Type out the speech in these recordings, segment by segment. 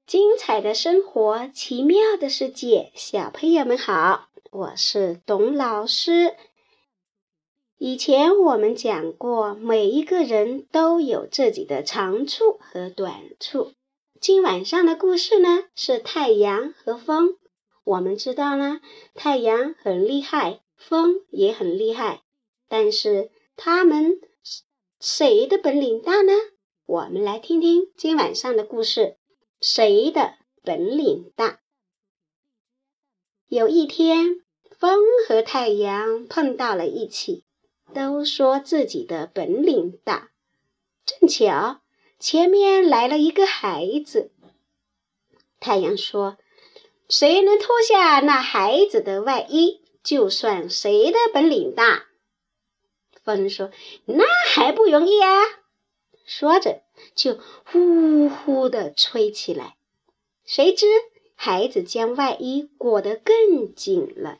精彩的生活，奇妙的世界，小朋友们好，我是董老师。以前我们讲过，每一个人都有自己的长处和短处。今晚上的故事呢，是太阳和风。我们知道呢，太阳很厉害，风也很厉害，但是他们谁的本领大呢？我们来听听今晚上的故事，谁的本领大？有一天，风和太阳碰到了一起，都说自己的本领大。正巧前面来了一个孩子，太阳说，谁能脱下那孩子的外衣，就算谁的本领大。风说，那还不容易啊。说着就呼呼地吹起来，谁知孩子将外衣裹得更紧了。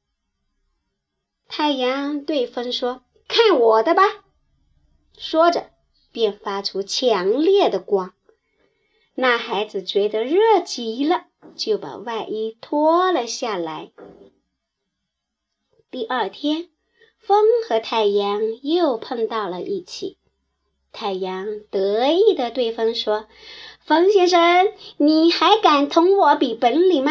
太阳对风说，看我的吧。说着便发出强烈的光。那孩子觉得热极了，就把外衣脱了下来。第二天，风和太阳又碰到了一起。太阳得意地对风说，风先生，你还敢同我比本领吗？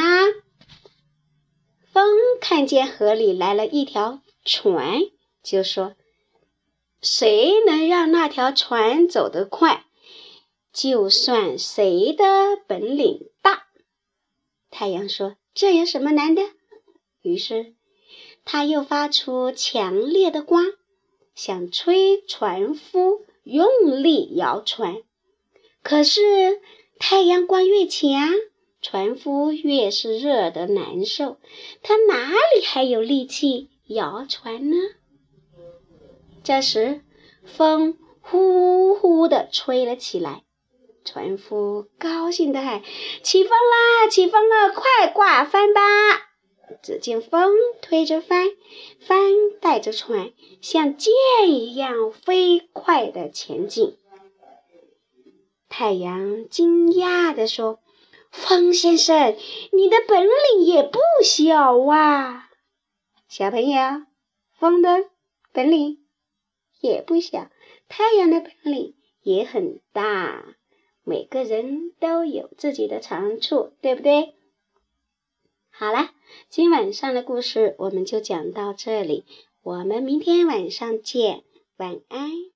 风看见河里来了一条船，就说，谁能让那条船走得快，就算谁的本领大。太阳说，这有什么难的？于是他又发出强烈的光，想吹船夫用力摇船。可是太阳光越强，船夫越是热得难受，他哪里还有力气摇船呢？这时风呼呼地吹了起来，船夫高兴地喊，起风啦，起风了，快挂帆吧。只见风推着帆，帆带着船像箭一样飞快地前进。太阳惊讶地说，风先生，你的本领也不小啊。小朋友，风的本领也不小，太阳的本领也很大。每个人都有自己的长处，对不对？好了，今晚上的故事我们就讲到这里，我们明天晚上见，晚安。